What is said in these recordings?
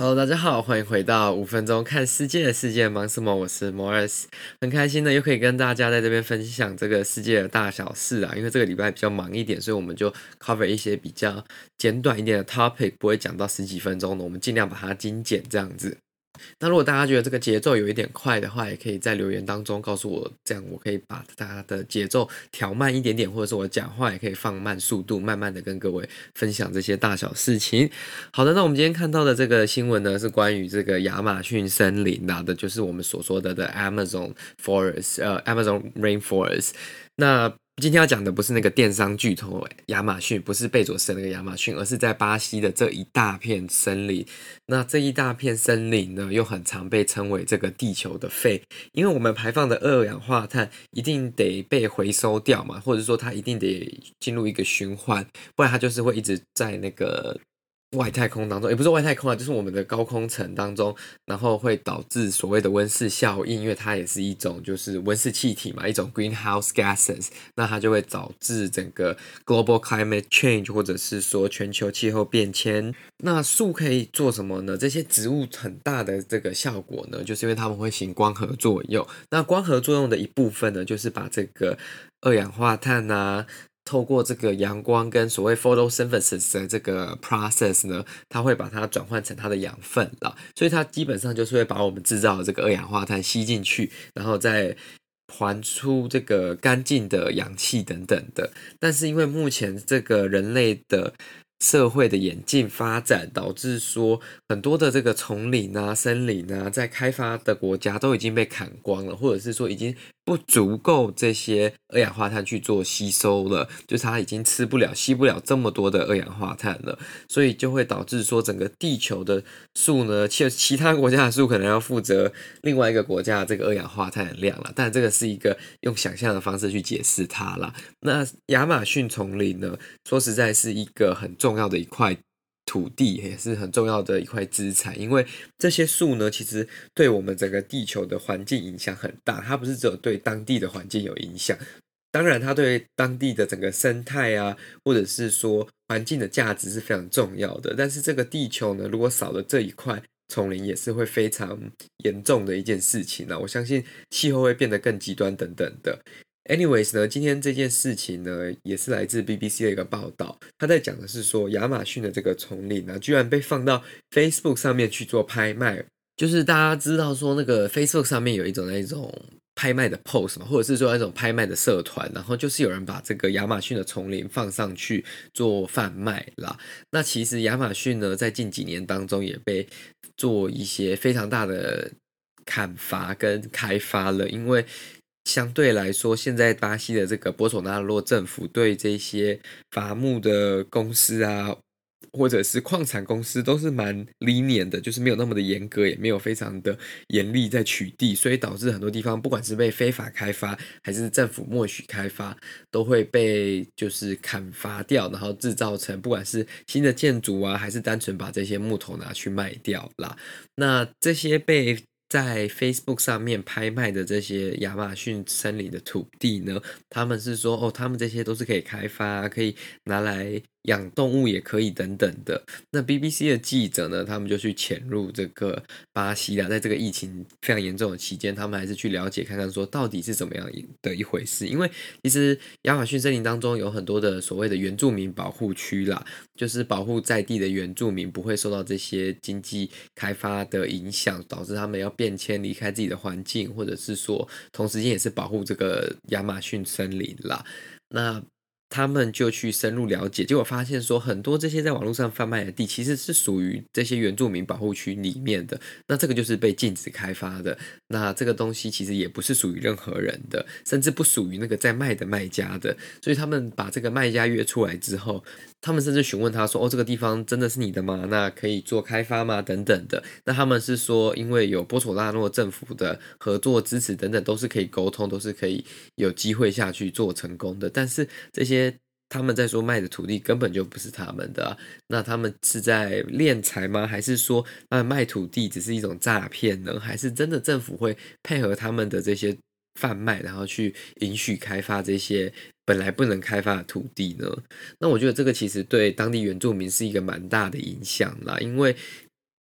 Hello，大家好，欢迎回到5分钟看世界的世界忙什么？我是 Morris，很开心的又可以跟大家在这边分享这个世界的大小事啊。因为这个礼拜比较忙一点，所以我们就 cover 一些比较简短一点的 topic，不会讲到十几分钟的，我们尽量把它精简这样子。那如果大家觉得这个节奏有一点快的话，也可以在留言当中告诉我，这样我可以把大家的节奏调慢一点点，或者是我讲话也可以放慢速度，慢慢的跟各位分享这些大小事情。好的，那我们今天看到的这个新闻呢，是关于这个亚马逊森林的，就是我们所说的 Amazon Forest，Amazon Rainforest。那今天要讲的不是那个电商巨头亚马逊，不是贝佐斯那个亚马逊，而是在巴西的这一大片森林。那这一大片森林呢，又很常被称为这个地球的肺，因为我们排放的二氧化碳一定得被回收掉嘛，或者说它一定得进入一个循环，不然它就是会一直在那个外太空当中，也不是外太空啊，就是我们的高空层当中，然后会导致所谓的温室效应，因为它也是一种就是温室气体嘛，一种 greenhouse gases， 那它就会导致整个 global climate change， 或者是说全球气候变迁。那树可以做什么呢？这些植物很大的这个效果呢，就是因为它们会行光合作用。那光合作用的一部分呢，就是把这个二氧化碳啊，透过这个阳光跟所谓 photosynthesis 的这个 process 呢，它会把它转换成它的养分啦，所以它基本上就是会把我们制造的这个二氧化碳吸进去，然后再还出这个干净的氧气等等的。但是因为目前这个人类的社会的演进发展，导致说很多的这个丛林啊、森林啊，在开发的国家都已经被砍光了，或者是说已经不足够这些二氧化碳去做吸收了，就是它已经吃不了、吸不了这么多的二氧化碳了，所以就会导致说整个地球的树呢，其他国家的树可能要负责另外一个国家的这个二氧化碳的量了，但这个是一个用想象的方式去解释它啦。那亚马逊丛林呢，说实在是一个很重要的一块土地，也是很重要的一块资产，因为这些树呢，其实对我们整个地球的环境影响很大，它不是只有对当地的环境有影响，当然它对当地的整个生态啊，或者是说环境的价值是非常重要的，但是这个地球呢，如果少了这一块丛林，也是会非常严重的一件事情啊，我相信气候会变得更极端等等的。Anyways 呢，今天这件事情呢，也是来自 BBC 的一个报道，他在讲的是说，亚马逊的这个丛林呢，居然被放到 Facebook 上面去做拍卖。就是大家知道说，那个 Facebook 上面有一种那种拍卖的 post 嘛，或者是说那种拍卖的社团，然后就是有人把这个亚马逊的丛林放上去做贩卖啦。那其实亚马逊呢，在近几年当中也被做一些非常大的砍伐跟开发了，因为相对来说，现在巴西的这个波索纳洛政府对这些伐木的公司啊，或者是矿产公司都是蛮 lenient 的，就是没有那么的严格，也没有非常的严厉在取缔，所以导致很多地方不管是被非法开发还是政府默许开发，都会被就是砍伐掉，然后制造成不管是新的建筑啊，还是单纯把这些木头拿去卖掉啦。那这些被在 Facebook 上面拍卖的这些亚马逊森林的土地呢，他们是说他们这些都是可以开发，可以拿来养动物也可以等等的。那 BBC 的记者呢，他们就去潜入这个巴西啦，在这个疫情非常严重的期间，他们还是去了解看看说到底是怎么样的一回事。因为其实亚马逊森林当中有很多的所谓的原住民保护区啦，就是保护在地的原住民不会受到这些经济开发的影响，导致他们要变迁离开自己的环境，或者是说同时间也是保护这个亚马逊森林啦。那他们就去深入了解，结果发现说很多这些在网络上贩卖的地其实是属于这些原住民保护区里面的，那这个就是被禁止开发的，那这个东西其实也不是属于任何人的，甚至不属于那个在卖的卖家的，所以他们把这个卖家约出来之后，他们甚至询问他说：“哦，这个地方真的是你的吗？那可以做开发吗？等等的。”那他们是说，因为有波索纳诺政府的合作支持等等，都是可以沟通，都是可以有机会下去做成功的。但是这些他们在说卖的土地根本就不是他们的啊，那他们是在敛财吗？还是说卖土地只是一种诈骗呢？还是真的政府会配合他们的这些贩卖，然后去允许开发这些本来不能开发的土地呢？那我觉得这个其实对当地原住民是一个蛮大的影响啦，因为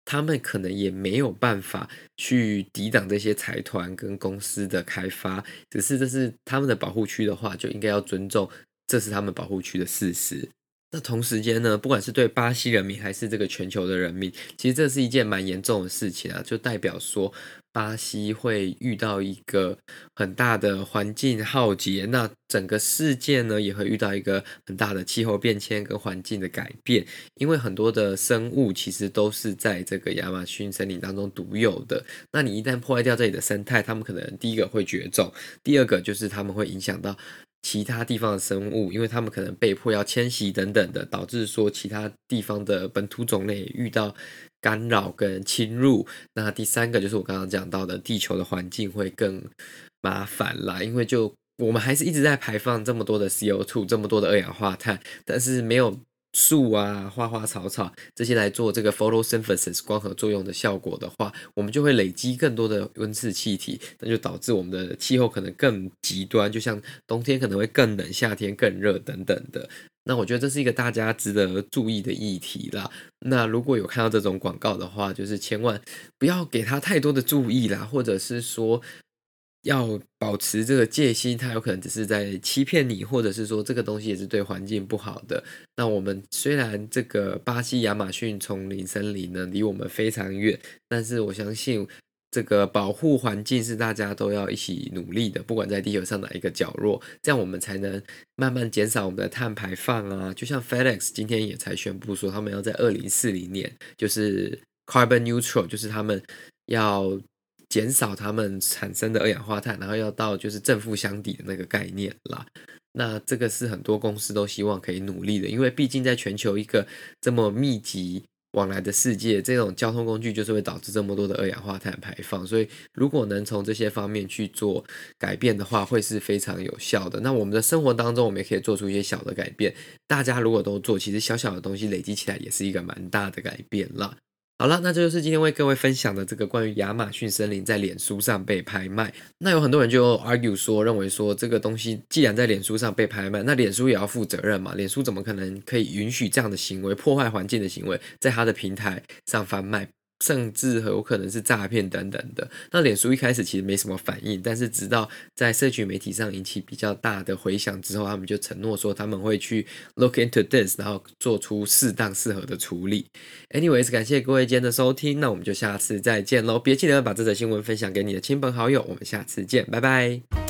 他们可能也没有办法去抵挡这些财团跟公司的开发，只是这是他们的保护区的话，就应该要尊重这是他们保护区的事实。那同时间呢，不管是对巴西人民还是这个全球的人民，其实这是一件蛮严重的事情啊，就代表说巴西会遇到一个很大的环境浩劫，那整个世界呢也会遇到一个很大的气候变迁跟环境的改变，因为很多的生物其实都是在这个亚马逊森林当中独有的，那你一旦破坏掉这里的生态，他们可能第一个会绝种，第二个就是他们会影响到其他地方的生物，因为他们可能被迫要迁徙等等的，导致说其他地方的本土种类遇到干扰跟侵入。那第三个就是我刚刚讲到的，地球的环境会更麻烦啦，因为就我们还是一直在排放这么多的 CO2，这么多的二氧化碳，但是没有树啊、花花草草这些来做这个 photosynthesis 光合作用的效果的话，我们就会累积更多的温室气体，那就导致我们的气候可能更极端，就像冬天可能会更冷，夏天更热等等的。那我觉得这是一个大家值得注意的议题啦。那如果有看到这种广告的话，就是千万不要给他太多的注意啦，或者是说要保持这个戒心，它有可能只是在欺骗你，或者是说这个东西也是对环境不好的。那我们虽然这个巴西亚马逊丛林森林呢离我们非常远，但是我相信这个保护环境是大家都要一起努力的，不管在地球上哪一个角落，这样我们才能慢慢减少我们的碳排放啊。就像 FedEx 今天也才宣布说，他们要在2040年就是 carbon neutral，就是他们要减少他们产生的二氧化碳，然后要到就是正负相抵的那个概念啦。那这个是很多公司都希望可以努力的，因为毕竟在全球一个这么密集往来的世界，这种交通工具就是会导致这么多的二氧化碳排放，所以如果能从这些方面去做改变的话，会是非常有效的。那我们的生活当中，我们也可以做出一些小的改变，大家如果都做，其实小小的东西累积起来也是一个蛮大的改变啦。好了，那这就是今天为各位分享的这个关于亚马逊森林在脸书上被拍卖。那有很多人就 argue 说，认为说这个东西既然在脸书上被拍卖，那脸书也要负责任嘛？脸书怎么可能可以允许这样的行为，破坏环境的行为，在他的平台上贩卖？甚至有可能是诈骗等等的。那脸书一开始其实没什么反应，但是直到在社群媒体上引起比较大的回响之后，他们就承诺说他们会去 look into this， 然后做出适当适合的处理。Anyways， 感谢各位今天的收听，那我们就下次再见喽！别记得把这则新闻分享给你的亲朋好友，我们下次见，拜拜。